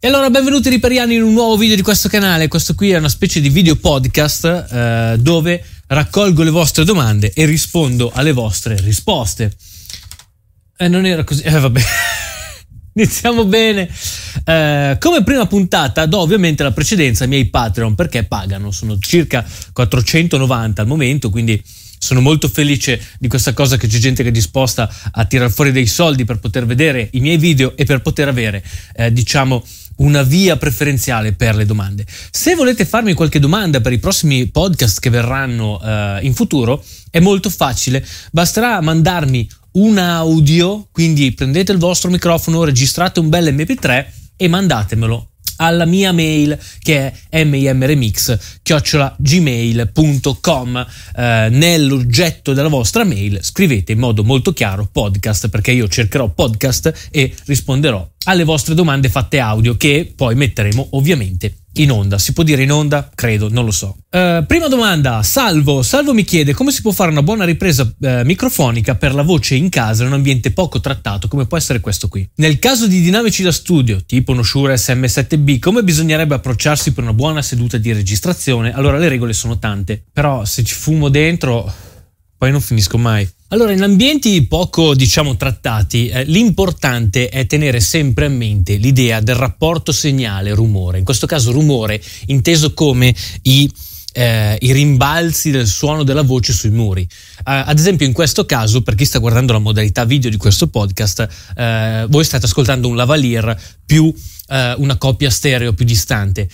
E allora benvenuti ripariani in un nuovo video di questo canale. Questo qui è una specie di video podcast dove raccolgo le vostre domande e rispondo alle vostre risposte. Non era così, vabbè. Iniziamo bene. Come prima puntata do ovviamente la precedenza ai miei Patreon perché pagano, sono circa 490 al momento, quindi sono molto felice di questa cosa, che c'è gente che è disposta a tirar fuori dei soldi per poter vedere i miei video e per poter avere una via preferenziale per le domande. Se volete farmi qualche domanda per i prossimi podcast che verranno in futuro, è molto facile, basterà mandarmi un audio, quindi prendete il vostro microfono, registrate un bel mp3 e mandatemelo alla mia mail, che è mimremix@gmail.com. Nell'oggetto della vostra mail scrivete in modo molto chiaro podcast, perché io cercherò podcast e risponderò alle vostre domande fatte audio, che poi metteremo ovviamente in onda. Si può dire in onda? Credo, non lo so. Prima domanda, Salvo mi chiede come si può fare una buona ripresa microfonica per la voce in casa in un ambiente poco trattato come può essere questo qui. Nel caso di dinamici da studio tipo uno Shure SM7B, come bisognerebbe approcciarsi per una buona seduta di registrazione? Allora, le regole sono tante, però se ci fumo dentro poi non finisco mai. Allora, in ambienti poco, trattati, l'importante è tenere sempre a mente l'idea del rapporto segnale-rumore. In questo caso rumore inteso come i rimbalzi del suono della voce sui muri. Ad esempio, in questo caso, per chi sta guardando la modalità video di questo podcast, voi state ascoltando un lavalier più una coppia stereo più distante.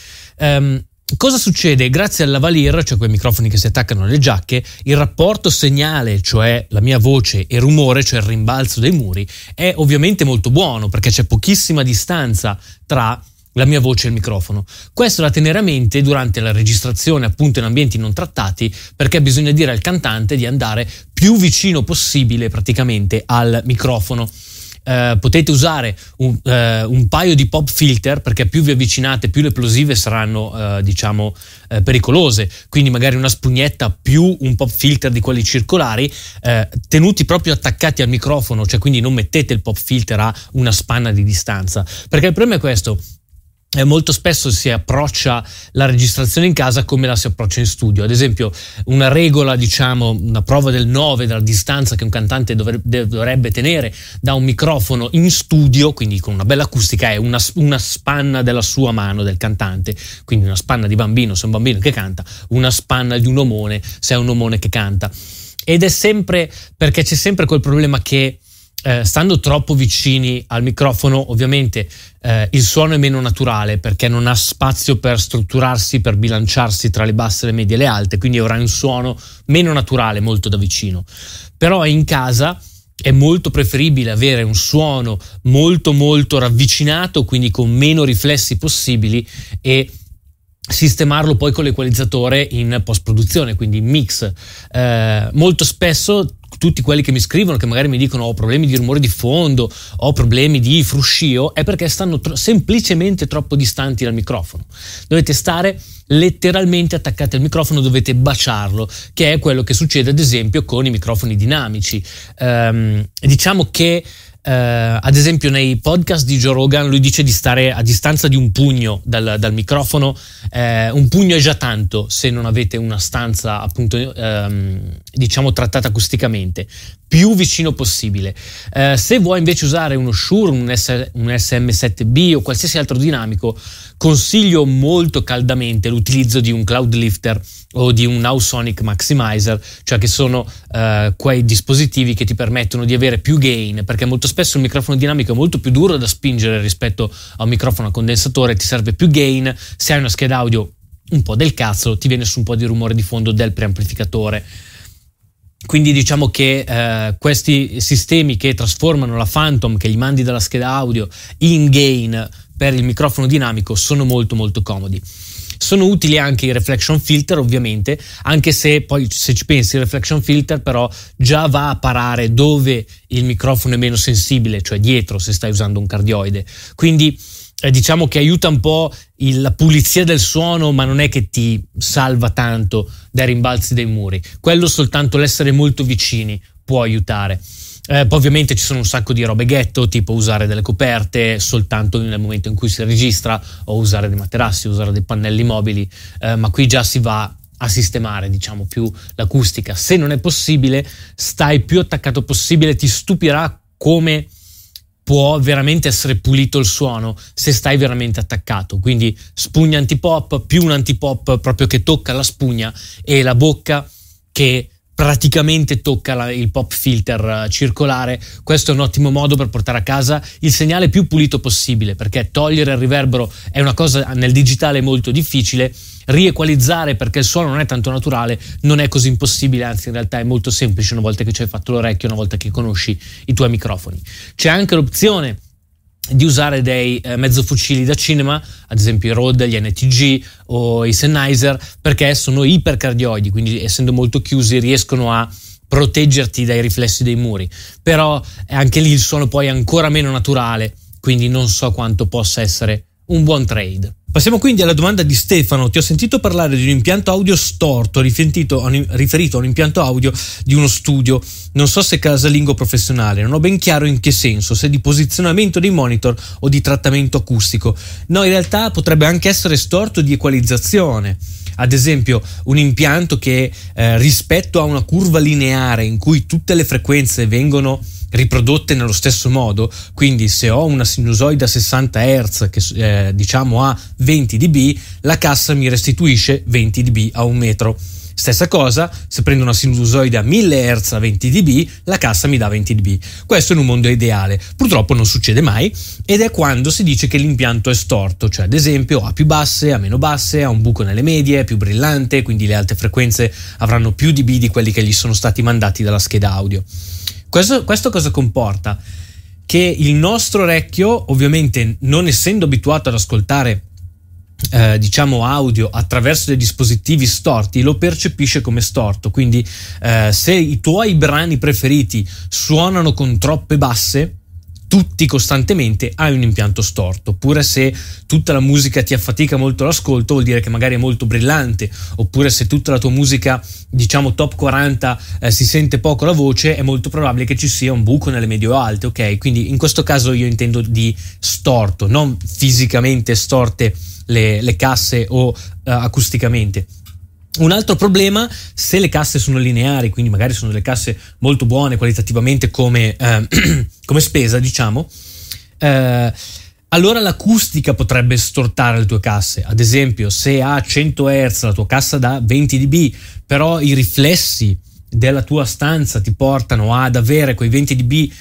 Cosa succede? Grazie al lavalier, cioè quei microfoni che si attaccano alle giacche, il rapporto segnale, cioè la mia voce, e rumore, cioè il rimbalzo dei muri, è ovviamente molto buono, perché c'è pochissima distanza tra la mia voce e il microfono. Questo da tenere a mente durante la registrazione, appunto in ambienti non trattati, perché bisogna dire al cantante di andare più vicino possibile praticamente al microfono. Potete usare un paio di pop filter, perché più vi avvicinate più le plosive saranno pericolose, quindi magari una spugnetta più un pop filter di quelli circolari, tenuti proprio attaccati al microfono, cioè quindi non mettete il pop filter a una spanna di distanza, perché il problema è questo. Molto spesso si approccia la registrazione in casa come la si approccia in studio. Ad esempio, una regola, una prova del 9 della distanza che un cantante dovrebbe tenere da un microfono in studio, quindi con una bella acustica, è una spanna della sua mano, del cantante. Quindi una spanna di bambino se è un bambino che canta, una spanna di un omone se è un omone che canta. Ed è sempre perché c'è sempre quel problema che stando troppo vicini al microfono, ovviamente il suono è meno naturale, perché non ha spazio per strutturarsi, per bilanciarsi tra le basse, le medie e le alte, quindi avrà un suono meno naturale molto da vicino. Però in casa è molto preferibile avere un suono molto molto ravvicinato, quindi con meno riflessi possibili, e sistemarlo poi con l'equalizzatore in post-produzione, quindi in mix. Molto spesso tutti quelli che mi scrivono, che magari mi dicono ho problemi di rumore di fondo, ho problemi di fruscio, è perché stanno semplicemente troppo distanti dal microfono. Dovete stare letteralmente attaccati al microfono, dovete baciarlo, che è quello che succede ad esempio con i microfoni dinamici. Diciamo che ad esempio nei podcast di Joe Rogan lui dice di stare a distanza di un pugno dal microfono. Un pugno è già tanto se non avete una stanza appunto trattata acusticamente, più vicino possibile. Se vuoi invece usare uno Shure, un SM7B o qualsiasi altro dinamico, consiglio molto caldamente l'utilizzo di un Cloud Lifter o di un Nausonic Maximizer, cioè che sono quei dispositivi che ti permettono di avere più gain, perché molto spesso il microfono dinamico è molto più duro da spingere rispetto a un microfono a condensatore, ti serve più gain. Se hai una scheda audio un po' del cazzo, ti viene su un po' di rumore di fondo del preamplificatore. Quindi diciamo che questi sistemi che trasformano la Phantom che gli mandi dalla scheda audio in gain per il microfono dinamico sono molto molto comodi. Sono utili anche i reflection filter, ovviamente, anche se poi, se ci pensi, il reflection filter però già va a parare dove il microfono è meno sensibile, cioè dietro, se stai usando un cardioide. Quindi diciamo che aiuta un po' la pulizia del suono, ma non è che ti salva tanto dai rimbalzi dei muri. Quello soltanto l'essere molto vicini può aiutare. Poi ovviamente ci sono un sacco di robe ghetto, tipo usare delle coperte soltanto nel momento in cui si registra, o usare dei materassi, usare dei pannelli mobili, ma qui già si va a sistemare, diciamo, più l'acustica. Se non è possibile, stai più attaccato possibile. Ti stupirà come può veramente essere pulito il suono se stai veramente attaccato. Quindi spugna antipop, più un antipop proprio che tocca la spugna, e la bocca che praticamente tocca il pop filter circolare. Questo è un ottimo modo per portare a casa il segnale più pulito possibile, perché togliere il riverbero è una cosa nel digitale molto difficile. Riequalizzare, perché il suono non è tanto naturale, non è così impossibile, anzi in realtà è molto semplice una volta che ci hai fatto l'orecchio, una volta che conosci i tuoi microfoni. C'è anche l'opzione di usare dei mezzofucili da cinema, ad esempio i Rode, gli NTG o i Sennheiser, perché sono ipercardioidi, quindi essendo molto chiusi riescono a proteggerti dai riflessi dei muri, però anche lì il suono poi è ancora meno naturale, quindi non so quanto possa essere un buon trade. Passiamo quindi alla domanda di Stefano. Ti ho sentito parlare di un impianto audio storto riferito a un impianto audio di uno studio, non so se casalingo professionale, non ho ben chiaro in che senso, se di posizionamento dei monitor o di trattamento acustico. No, in realtà potrebbe anche essere storto di equalizzazione. Ad esempio un impianto che rispetto a una curva lineare in cui tutte le frequenze vengono riprodotte nello stesso modo, quindi se ho una sinusoide a 60 Hz che diciamo a 20 dB, la cassa mi restituisce 20 dB a un metro. Stessa cosa, se prendo una sinusoide a 1000 Hz a 20 dB, la cassa mi dà 20 dB. Questo in un mondo ideale. Purtroppo non succede mai, ed è quando si dice che l'impianto è storto, cioè ad esempio ha più basse, ha meno basse, ha un buco nelle medie, è più brillante, quindi le alte frequenze avranno più dB di quelli che gli sono stati mandati dalla scheda audio. Questo cosa comporta? Che il nostro orecchio, ovviamente non essendo abituato ad ascoltare diciamo audio attraverso dei dispositivi storti, lo percepisce come storto. Quindi se i tuoi brani preferiti suonano con troppe basse, tutti costantemente, hai un impianto storto. Oppure se tutta la musica ti affatica molto l'ascolto, vuol dire che magari è molto brillante. Oppure se tutta la tua musica, diciamo top 40, si sente poco la voce, è molto probabile che ci sia un buco nelle medio-alte, ok? Quindi in questo caso io intendo di storto, non fisicamente storte le casse o acusticamente. Un altro problema, se le casse sono lineari, quindi magari sono delle casse molto buone qualitativamente come spesa, diciamo, allora l'acustica potrebbe stortare le tue casse. Ad esempio, se a 100 Hz la tua cassa dà 20 dB, però i riflessi della tua stanza ti portano ad avere quei 20 dB,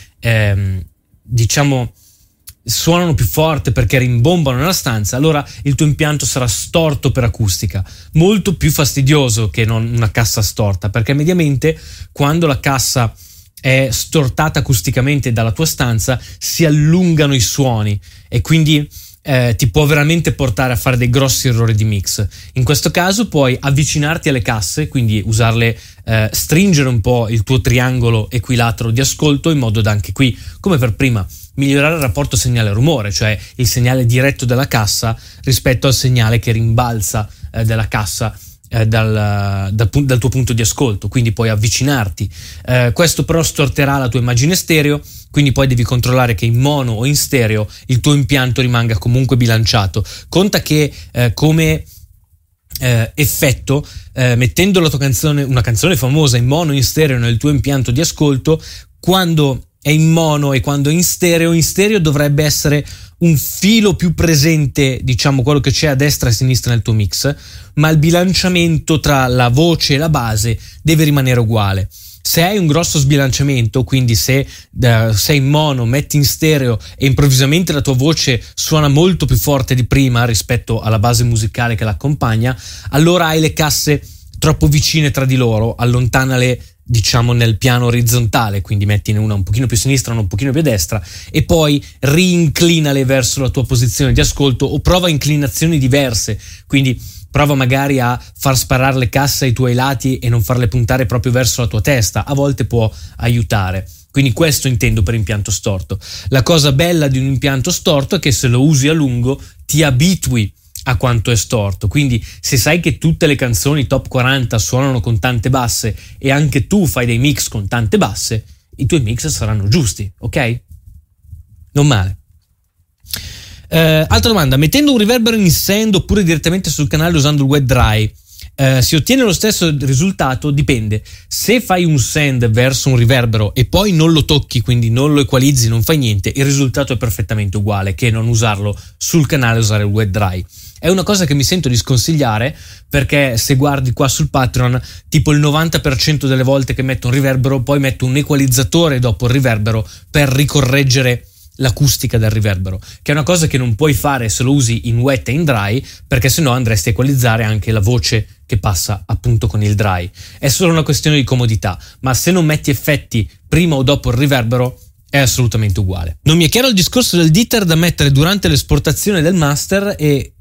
diciamo, suonano più forte perché rimbombano nella stanza, allora il tuo impianto sarà storto per acustica, molto più fastidioso che non una cassa storta, perché mediamente quando la cassa è stortata acusticamente dalla tua stanza si allungano i suoni e quindi ti può veramente portare a fare dei grossi errori di mix. In questo caso puoi avvicinarti alle casse, quindi usarle, stringere un po' il tuo triangolo equilatero di ascolto, in modo da, anche qui come per prima, migliorare il rapporto segnale-rumore, cioè il segnale diretto della cassa rispetto al segnale che rimbalza dalla cassa dal tuo punto di ascolto. Quindi puoi avvicinarti. Questo però storterà la tua immagine stereo, quindi poi devi controllare che in mono o in stereo il tuo impianto rimanga comunque bilanciato. Conta che come effetto, mettendo la tua canzone, una canzone famosa, in mono o in stereo nel tuo impianto di ascolto, quando è in mono e quando è in stereo dovrebbe essere un filo più presente, diciamo, quello che c'è a destra e a sinistra nel tuo mix, ma il bilanciamento tra la voce e la base deve rimanere uguale. Se hai un grosso sbilanciamento, quindi se sei in mono, metti in stereo e improvvisamente la tua voce suona molto più forte di prima rispetto alla base musicale che l'accompagna, allora hai le casse troppo vicine tra di loro, allontanale, diciamo, nel piano orizzontale, quindi mettine una un pochino più a sinistra, una un pochino più a destra, e poi rinclinale verso la tua posizione di ascolto, o prova inclinazioni diverse, quindi prova magari a far sparare le casse ai tuoi lati e non farle puntare proprio verso la tua testa, a volte può aiutare. Quindi questo intendo per impianto storto. La cosa bella di un impianto storto è che se lo usi a lungo ti abitui a quanto è storto, quindi se sai che tutte le canzoni top 40 suonano con tante basse e anche tu fai dei mix con tante basse, i tuoi mix saranno giusti, ok? Non male. Altra domanda: mettendo un riverbero in send oppure direttamente sul canale usando il wet dry, si ottiene lo stesso risultato? Dipende. Se fai un send verso un riverbero e poi non lo tocchi, quindi non lo equalizzi, non fai niente, il risultato è perfettamente uguale che non usarlo sul canale e usare il wet dry. È una cosa che mi sento di sconsigliare, perché se guardi qua sul Patreon, tipo il 90% delle volte che metto un riverbero poi metto un equalizzatore dopo il riverbero per ricorreggere l'acustica del riverbero, che è una cosa che non puoi fare se lo usi in wet e in dry, perché sennò andresti a equalizzare anche la voce che passa appunto con il dry. È solo una questione di comodità, ma se non metti effetti prima o dopo il riverbero è assolutamente uguale. Non mi è chiaro il discorso del jitter da mettere durante l'esportazione del master, e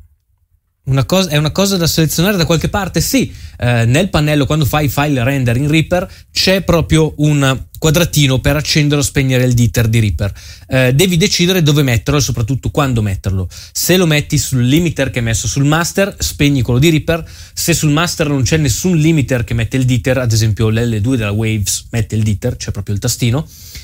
è una cosa da selezionare da qualche parte? Sì, nel pannello quando fai file render in Reaper c'è proprio un quadratino per accendere o spegnere il jitter di Reaper. Devi decidere dove metterlo e soprattutto quando metterlo. Se lo metti sul limiter che è messo sul master, spegni quello di Reaper. Se sul master non c'è nessun limiter che mette il jitter, ad esempio l'L2 della Waves mette il jitter, c'è proprio il tastino,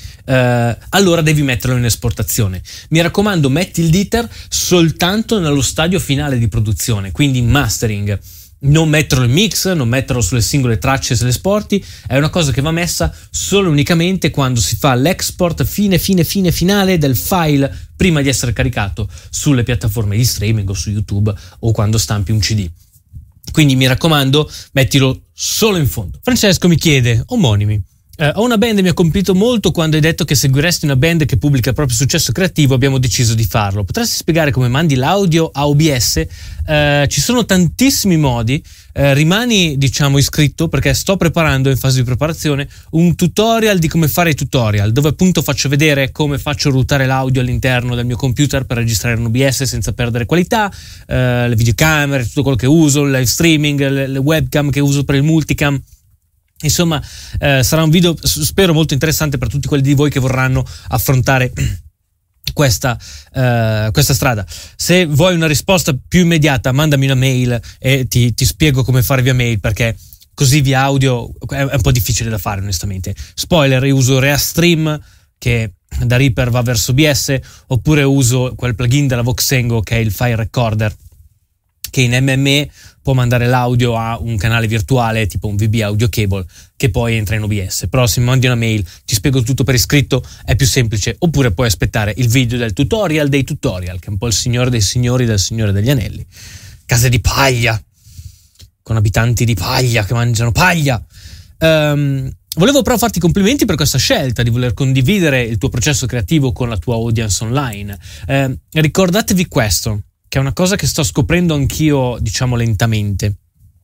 allora devi metterlo in esportazione. Mi raccomando, metti il jitter soltanto nello stadio finale di produzione, quindi in mastering. Non metterlo in mix, non metterlo sulle singole tracce se le esporti. È una cosa che va messa solo e unicamente quando si fa l'export finale del file prima di essere caricato sulle piattaforme di streaming o su YouTube o quando stampi un CD. Quindi mi raccomando, mettilo solo in fondo. Francesco mi chiede: omonimi, ho una band e mi ha colpito molto quando hai detto che seguiresti una band che pubblica il proprio successo creativo. Abbiamo deciso di farlo. Potresti spiegare come mandi l'audio a OBS? Ci sono tantissimi modi. Rimani, iscritto, perché sto preparando, in fase di preparazione, un tutorial di come fare i tutorial, dove appunto faccio vedere come faccio ruotare l'audio all'interno del mio computer per registrare in OBS senza perdere qualità, le videocamere, tutto quello che uso, il live streaming, le webcam che uso per il multicam. Insomma, sarà un video, spero, molto interessante per tutti quelli di voi che vorranno affrontare questa strada. Se vuoi una risposta più immediata, mandami una mail e ti spiego come fare via mail, perché così via audio è un po' difficile da fare, onestamente. Spoiler: io uso Reastream, che da Reaper va verso OBS, oppure uso quel plugin della Voxengo che è il File Recorder, che in MME può mandare l'audio a un canale virtuale tipo un VB Audio Cable che poi entra in OBS. Però se mi mandi una mail ti spiego tutto per iscritto, è più semplice. Oppure puoi aspettare il video del tutorial dei tutorial, che è un po' il signore dei signori del Signore degli Anelli. Case di paglia, con abitanti di paglia che mangiano paglia. Volevo però farti complimenti per questa scelta di voler condividere il tuo processo creativo con la tua audience online. Ricordatevi questo, che è una cosa che sto scoprendo anch'io, lentamente.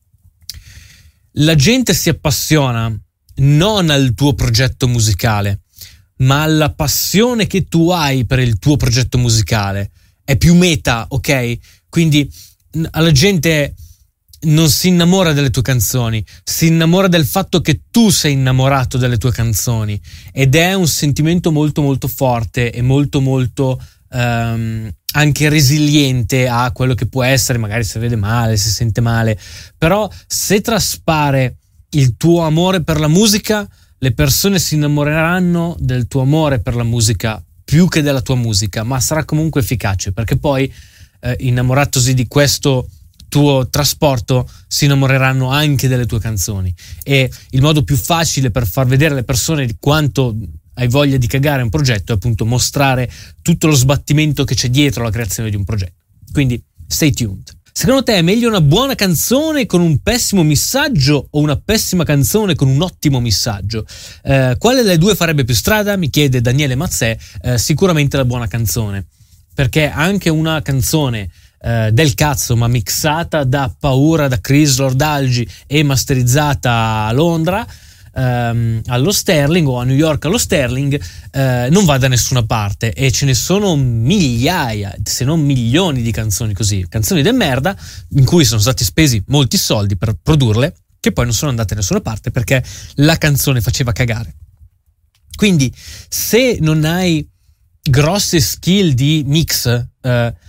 La gente si appassiona non al tuo progetto musicale, ma alla passione che tu hai per il tuo progetto musicale. È più meta, ok? Quindi alla gente non si innamora delle tue canzoni, si innamora del fatto che tu sei innamorato delle tue canzoni, ed è un sentimento molto molto forte e molto molto anche resiliente a quello che può essere, magari se vede male, si sente male. Però se traspare il tuo amore per la musica, le persone si innamoreranno del tuo amore per la musica più che della tua musica, ma sarà comunque efficace, perché poi innamoratosi di questo tuo trasporto si innamoreranno anche delle tue canzoni. E il modo più facile per far vedere alle persone di quanto hai voglia di cagare un progetto è appunto mostrare tutto lo sbattimento che c'è dietro la creazione di un progetto. Quindi stay tuned. Secondo te è meglio una buona canzone con un pessimo missaggio o una pessima canzone con un ottimo missaggio? Quale delle due farebbe più strada? Mi chiede Daniele Mazzè. Sicuramente la buona canzone, perché anche una canzone del cazzo ma mixata da paura da Chris Lord-Alge e masterizzata a Londra allo Sterling o a New York allo Sterling non va da nessuna parte, e ce ne sono migliaia se non milioni di canzoni così, canzoni de merda in cui sono stati spesi molti soldi per produrle, che poi non sono andate da nessuna parte perché la canzone faceva cagare. Quindi se non hai grosse skill di mix,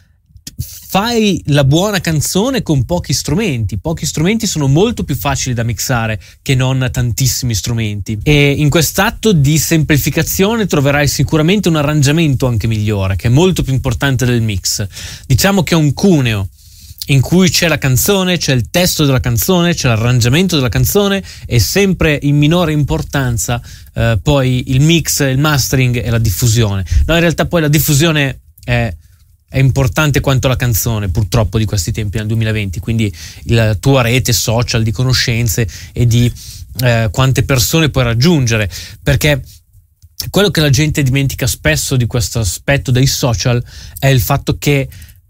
fai la buona canzone con pochi strumenti. Pochi strumenti sono molto più facili da mixare che non tantissimi strumenti, e in quest'atto di semplificazione troverai sicuramente un arrangiamento anche migliore, che è molto più importante del mix. Diciamo che è un cuneo in cui c'è la canzone, c'è il testo della canzone, c'è l'arrangiamento della canzone, e sempre in minore importanza poi il mix, il mastering e la diffusione. No, in realtà poi la diffusione è importante quanto la canzone, purtroppo, di questi tempi nel 2020, quindi la tua rete social di conoscenze e di quante persone puoi raggiungere, perché quello che la gente dimentica spesso di questo aspetto dei social è il fatto che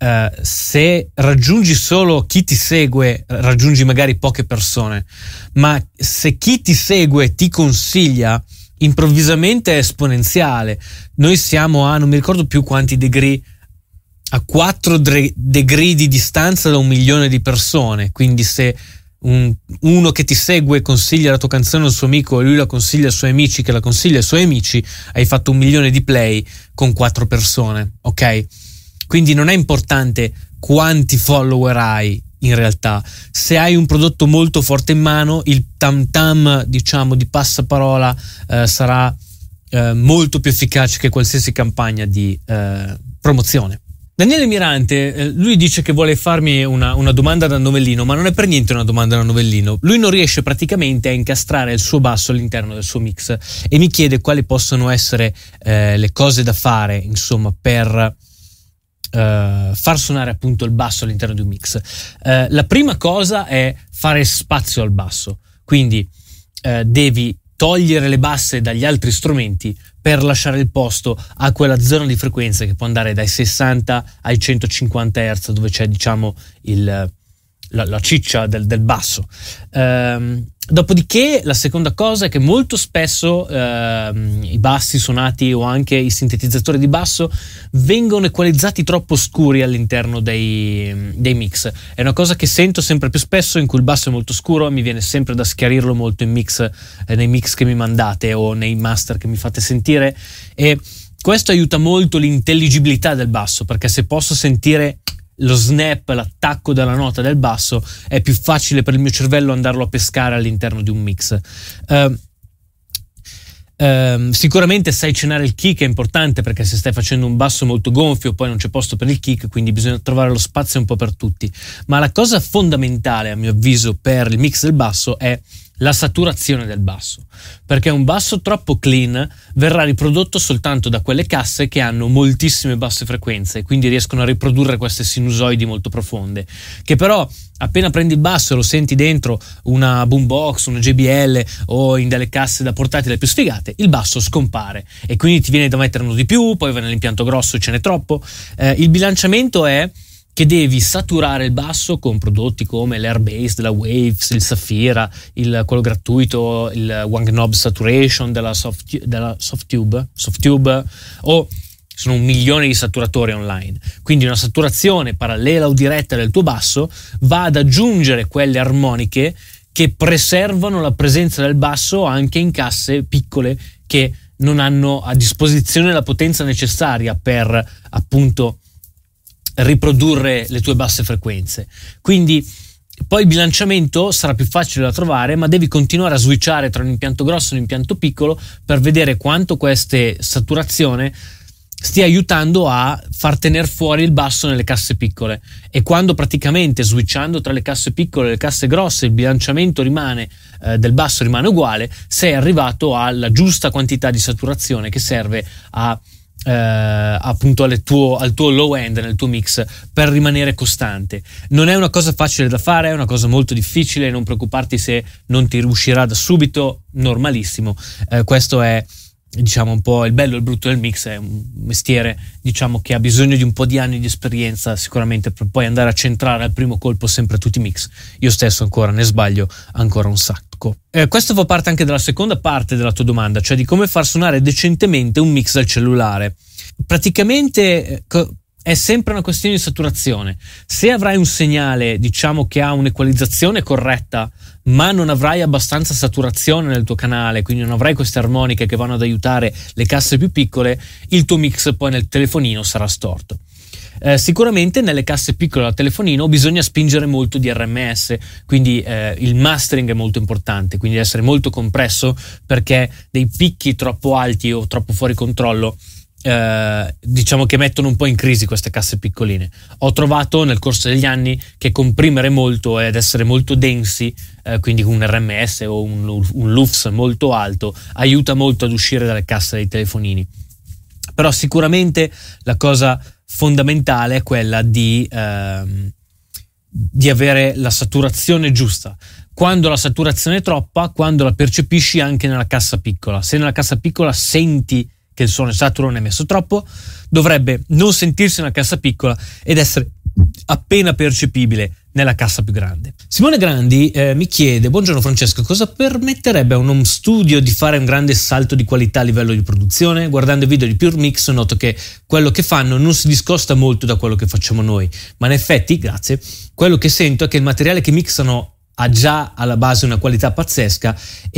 se raggiungi solo chi ti segue, raggiungi magari poche persone, ma se chi ti segue ti consiglia, improvvisamente è esponenziale. Noi siamo a non mi ricordo più quanti degree, a 4 degree di distanza da 1 milione di persone, quindi se uno che ti segue consiglia la tua canzone al suo amico e lui la consiglia ai suoi amici che la consiglia ai suoi amici, hai fatto 1 milione di play con 4 persone, ok? Quindi non è importante quanti follower hai in realtà. Se hai un prodotto molto forte in mano, il tam tam, diciamo, di passaparola sarà molto più efficace che qualsiasi campagna di promozione. Daniele Mirante, lui dice che vuole farmi una domanda da novellino, ma non è per niente una domanda da novellino. Lui non riesce praticamente a incastrare il suo basso all'interno del suo mix e mi chiede quali possono essere le cose da fare, insomma, per far suonare appunto il basso all'interno di un mix. La prima cosa è fare spazio al basso, quindi devi togliere le basse dagli altri strumenti per lasciare il posto a quella zona di frequenza che può andare dai 60 ai 150 Hz, dove c'è, diciamo, la ciccia del basso. Dopodiché la seconda cosa è che molto spesso i bassi suonati o anche i sintetizzatori di basso vengono equalizzati troppo scuri all'interno dei mix. È una cosa che sento sempre più spesso, in cui il basso è molto scuro e mi viene sempre da schiarirlo molto in mix, nei mix che mi mandate o nei master che mi fate sentire, e questo aiuta molto l'intelligibilità del basso, perché se posso sentire lo snap, l'attacco della nota del basso, è più facile per il mio cervello andarlo a pescare all'interno di un mix. Sicuramente sai cenare il kick, è importante, perché se stai facendo un basso molto gonfio poi non c'è posto per il kick, quindi bisogna trovare lo spazio un po' per tutti. Ma la cosa fondamentale, a mio avviso, per il mix del basso è la saturazione del basso, perché un basso troppo clean verrà riprodotto soltanto da quelle casse che hanno moltissime basse frequenze e quindi riescono a riprodurre queste sinusoidi molto profonde, che però appena prendi il basso e lo senti dentro una boombox, una JBL o in delle casse da portatile più sfigate, il basso scompare e quindi ti viene da mettere uno di più, poi va nell'impianto grosso e ce n'è troppo. Il bilanciamento è che devi saturare il basso con prodotti come l'Airbase della Waves, il Saphira, quello gratuito, il One Knob Saturation della Softtube, o sono 1 milione di saturatori online. Quindi una saturazione parallela o diretta del tuo basso va ad aggiungere quelle armoniche che preservano la presenza del basso anche in casse piccole che non hanno a disposizione la potenza necessaria per appunto riprodurre le tue basse frequenze. Quindi poi il bilanciamento sarà più facile da trovare, ma devi continuare a switchare tra un impianto grosso e un impianto piccolo per vedere quanto queste saturazione stia aiutando a far tenere fuori il basso nelle casse piccole, e quando praticamente switchando tra le casse piccole e le casse grosse il bilanciamento del basso rimane uguale, sei arrivato alla giusta quantità di saturazione che serve appunto al tuo low end nel tuo mix per rimanere costante. Non è una cosa facile da fare, è una cosa molto difficile, non preoccuparti se non ti riuscirà da subito, normalissimo. Questo è, diciamo, un po' il bello e il brutto del mix. È un mestiere, diciamo, che ha bisogno di un po' di anni di esperienza sicuramente per poi andare a centrare al primo colpo sempre tutti i mix. Io stesso ancora ne sbaglio ancora un sacco. Questo fa parte anche della seconda parte della tua domanda, cioè di come far suonare decentemente un mix dal cellulare. Praticamente è sempre una questione di saturazione. Se avrai un segnale, diciamo, che ha un'equalizzazione corretta, ma non avrai abbastanza saturazione nel tuo canale, quindi non avrai queste armoniche che vanno ad aiutare le casse più piccole, il tuo mix poi nel telefonino sarà storto. Sicuramente nelle casse piccole da telefonino bisogna spingere molto di RMS, quindi il mastering è molto importante, quindi essere molto compresso, perché dei picchi troppo alti o troppo fuori controllo diciamo che mettono un po' in crisi queste casse piccoline. Ho trovato nel corso degli anni che comprimere molto ed essere molto densi, quindi con un RMS o un LUFS molto alto, aiuta molto ad uscire dalle casse dei telefonini. Però sicuramente la cosa fondamentale è quella di avere la saturazione giusta. Quando la saturazione è troppa, quando la percepisci anche nella cassa piccola. Se nella cassa piccola senti che il suono è saturo, non è messo troppo, dovrebbe non sentirsi nella cassa piccola ed essere appena percepibile nella cassa più grande. Simone Grandi mi chiede: buongiorno Francesco, cosa permetterebbe a un home studio di fare un grande salto di qualità a livello di produzione? Guardando i video di Pure Mix noto che quello che fanno non si discosta molto da quello che facciamo noi, ma in effetti, grazie, quello che sento è che il materiale che mixano ha già alla base una qualità pazzesca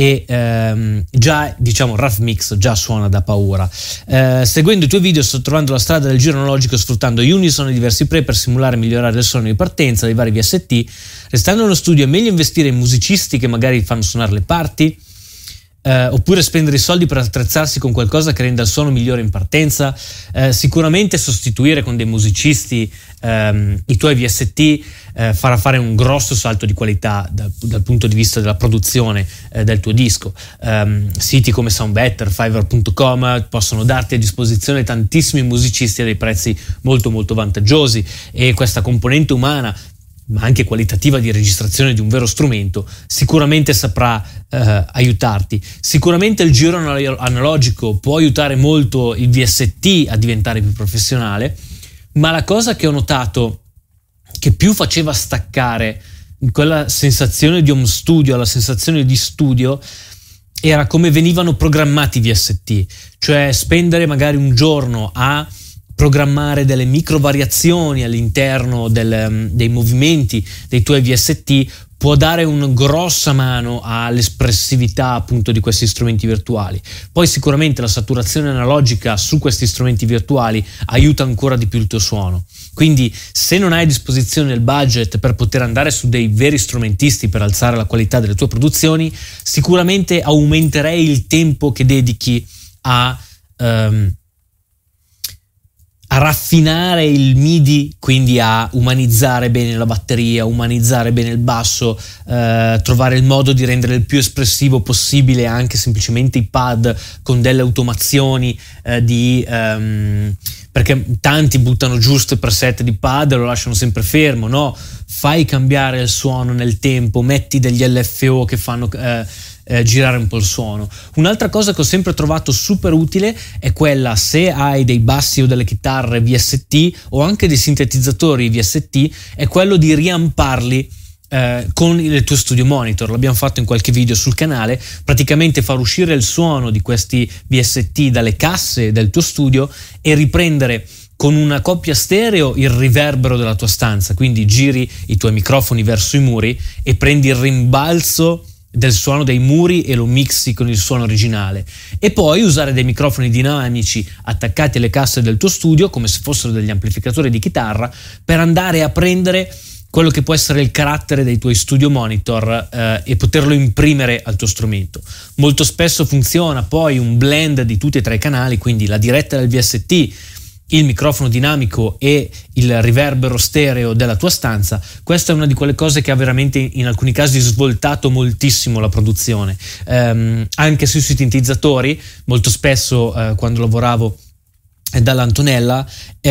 e già, diciamo, rough mix già suona da paura. Seguendo i tuoi video sto trovando la strada del giro analogico, sfruttando Unison e diversi pre per simulare e migliorare il suono di partenza dei vari VST. Restando nello studio è meglio investire in musicisti che magari fanno suonare le parti, oppure spendere i soldi per attrezzarsi con qualcosa che renda il suono migliore in partenza. Sicuramente sostituire con dei musicisti i tuoi VST farà fare un grosso salto di qualità dal punto di vista della produzione del tuo disco. Siti come Soundbetter, Fiverr.com possono darti a disposizione tantissimi musicisti a dei prezzi molto molto vantaggiosi, e questa componente umana ma anche qualitativa di registrazione di un vero strumento sicuramente saprà aiutarti. Sicuramente il giro analogico può aiutare molto il VST a diventare più professionale, ma la cosa che ho notato che più faceva staccare quella sensazione di home studio alla sensazione di studio era come venivano programmati i VST, cioè spendere magari un giorno a programmare delle micro variazioni all'interno dei movimenti dei tuoi VST può dare una grossa mano all'espressività appunto di questi strumenti virtuali. Poi sicuramente la saturazione analogica su questi strumenti virtuali aiuta ancora di più il tuo suono. Quindi se non hai a disposizione il budget per poter andare su dei veri strumentisti per alzare la qualità delle tue produzioni, sicuramente aumenterei il tempo che dedichi a raffinare il MIDI, quindi a umanizzare bene la batteria, umanizzare bene il basso, trovare il modo di rendere il più espressivo possibile anche semplicemente i pad con delle automazioni perché tanti buttano giusto il preset di pad e lo lasciano sempre fermo. No, fai cambiare il suono nel tempo, metti degli LFO che fanno girare un po' il suono. Un'altra cosa che ho sempre trovato super utile è quella, se hai dei bassi o delle chitarre VST o anche dei sintetizzatori VST, è quello di riamparli con il tuo studio monitor. L'abbiamo fatto in qualche video sul canale. Praticamente far uscire il suono di questi VST dalle casse del tuo studio e riprendere con una coppia stereo il riverbero della tua stanza, quindi giri i tuoi microfoni verso i muri e prendi il rimbalzo del suono dei muri e lo mixi con il suono originale, e poi usare dei microfoni dinamici attaccati alle casse del tuo studio come se fossero degli amplificatori di chitarra per andare a prendere quello che può essere il carattere dei tuoi studio monitor e poterlo imprimere al tuo strumento. Molto spesso funziona poi un blend di tutti e tre i canali, quindi la diretta del VST, il microfono dinamico e il riverbero stereo della tua stanza. Questa è una di quelle cose che ha veramente in alcuni casi svoltato moltissimo la produzione, anche sui sintetizzatori. Molto spesso quando lavoravo dall'Antonella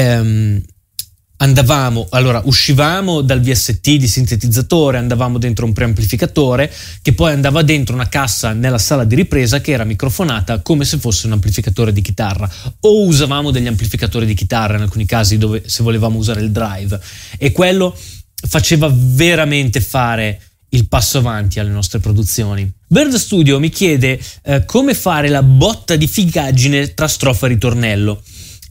uscivamo dal VST di sintetizzatore, andavamo dentro un preamplificatore che poi andava dentro una cassa nella sala di ripresa che era microfonata come se fosse un amplificatore di chitarra, o usavamo degli amplificatori di chitarra in alcuni casi dove se volevamo usare il drive, e quello faceva veramente fare il passo avanti alle nostre produzioni. Bird Studio mi chiede come fare la botta di figaggine tra strofa e ritornello.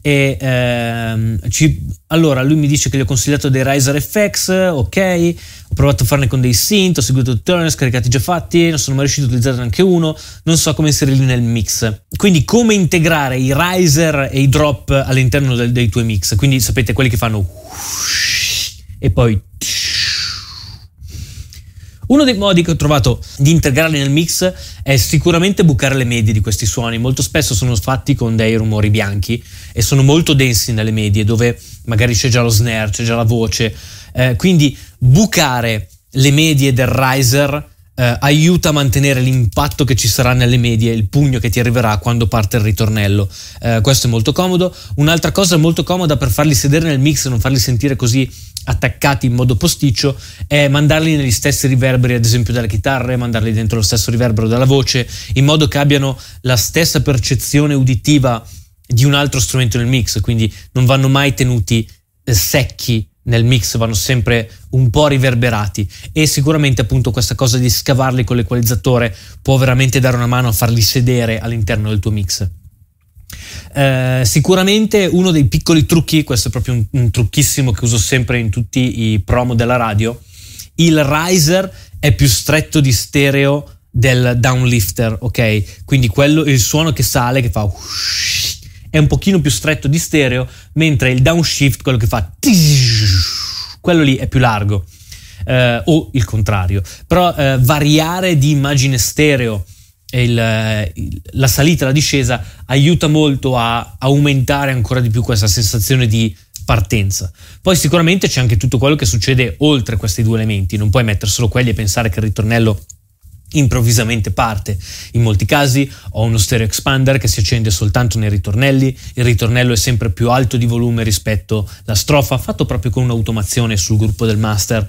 Allora lui mi dice che gli ho consigliato dei Riser FX, ok, provato a farne con dei synth, ho seguito tutorial scaricati già fatti, non sono mai riuscito a utilizzare neanche uno, non so come inserirli nel mix. Quindi come integrare i riser e i drop all'interno dei tuoi mix, quindi sapete quelli che fanno e poi. Uno dei modi che ho trovato di integrarli nel mix è sicuramente bucare le medie di questi suoni. Molto spesso sono fatti con dei rumori bianchi e sono molto densi nelle medie, dove magari c'è già lo snare, c'è già la voce, quindi bucare le medie del riser aiuta a mantenere l'impatto che ci sarà nelle medie, il pugno che ti arriverà quando parte il ritornello. Questo è molto comodo. Un'altra cosa molto comoda per farli sedere nel mix e non farli sentire così attaccati in modo posticcio è mandarli negli stessi riverberi, ad esempio delle chitarre, mandarli dentro lo stesso riverbero della voce, in modo che abbiano la stessa percezione uditiva di un altro strumento nel mix, quindi non vanno mai tenuti secchi nel mix, vanno sempre un po' riverberati. E sicuramente appunto questa cosa di scavarli con l'equalizzatore può veramente dare una mano a farli sedere all'interno del tuo mix. Sicuramente uno dei piccoli trucchi, questo è proprio un trucchissimo che uso sempre in tutti i promo della radio: il riser è più stretto di stereo del downlifter, ok? Quindi il suono che sale, che fa è un pochino più stretto di stereo, mentre il downshift, quello che fa quello lì è più largo, o il contrario. Però variare di immagine stereo la salita e la discesa aiuta molto a aumentare ancora di più questa sensazione di partenza. Poi sicuramente c'è anche tutto quello che succede oltre questi due elementi, non puoi mettere solo quelli e pensare che il ritornello improvvisamente parte. In molti casi ho uno stereo expander che si accende soltanto nei ritornelli, il ritornello è sempre più alto di volume rispetto alla strofa, fatto proprio con un'automazione sul gruppo del master.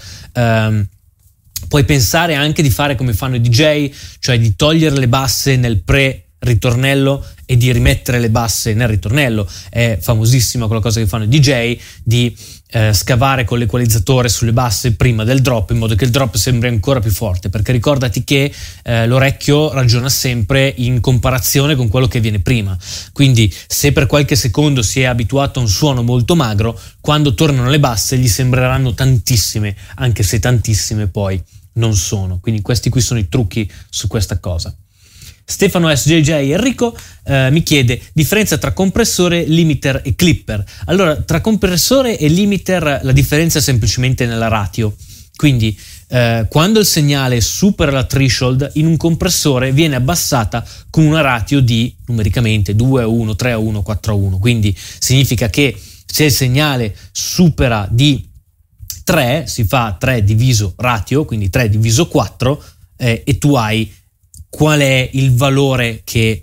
Puoi pensare anche di fare come fanno i DJ, cioè di togliere le basse nel pre-ritornello e di rimettere le basse nel ritornello. È famosissima quella cosa che fanno i DJ, di scavare con l'equalizzatore sulle basse prima del drop, in modo che il drop sembri ancora più forte, perché ricordati che l'orecchio ragiona sempre in comparazione con quello che viene prima. Quindi se per qualche secondo si è abituato a un suono molto magro, quando tornano le basse gli sembreranno tantissime, anche se tantissime poi non sono. Quindi questi qui sono i trucchi su questa cosa. Stefano SJJ Enrico mi chiede differenza tra compressore, limiter e clipper. Allora, tra compressore e limiter la differenza è semplicemente nella ratio. Quindi quando il segnale supera la threshold, in un compressore viene abbassata con una ratio di numericamente 2:1, 3:1, 4:1. Quindi significa che se il segnale supera di 3, si fa 3 diviso ratio, quindi 3 diviso 4, e tu hai qual è il valore che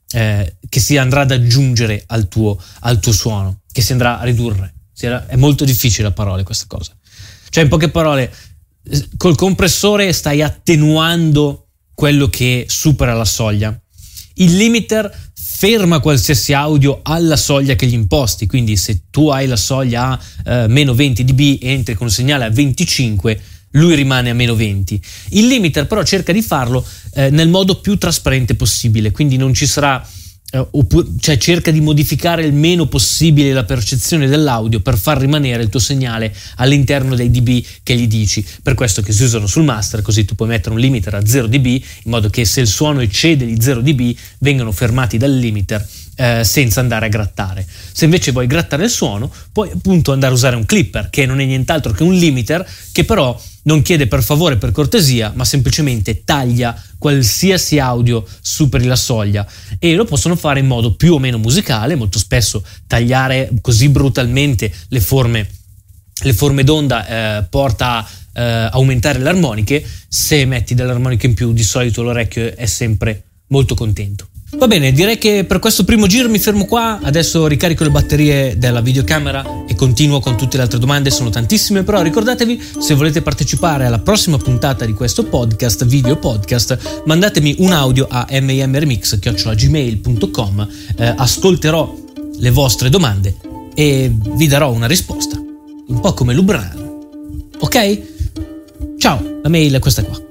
si andrà ad aggiungere al tuo suono, che si andrà a ridurre. È molto difficile a parole questa cosa. Cioè, in poche parole, col compressore stai attenuando quello che supera la soglia. Il limiter ferma qualsiasi audio alla soglia che gli imposti, quindi se tu hai la soglia a meno 20 dB e entri con un segnale a 25, lui rimane a meno 20. Il limiter però cerca di farlo nel modo più trasparente possibile, quindi non ci sarà, cioè cerca di modificare il meno possibile la percezione dell'audio per far rimanere il tuo segnale all'interno dei dB che gli dici. Per questo che si usano sul master, così tu puoi mettere un limiter a 0 dB, in modo che se il suono eccede gli 0 dB vengono fermati dal limiter senza andare a grattare. Se invece vuoi grattare il suono, puoi appunto andare a usare un clipper, che non è nient'altro che un limiter, che però non chiede per favore, per cortesia, ma semplicemente taglia qualsiasi audio superi la soglia, e lo possono fare in modo più o meno musicale. Molto spesso tagliare così brutalmente le forme d'onda porta a aumentare le armoniche. Se metti delle armoniche in più, di solito l'orecchio è sempre molto contento. Va bene, direi che per questo primo giro mi fermo qua. Adesso ricarico le batterie della videocamera e continuo con tutte le altre domande. Sono tantissime, però ricordatevi, se volete partecipare alla prossima puntata di questo podcast, video podcast, mandatemi un audio a mimremix@gmail.com. Ascolterò le vostre domande e vi darò una risposta, un po' come Lubrano. Ok? Ciao, la mail è questa qua.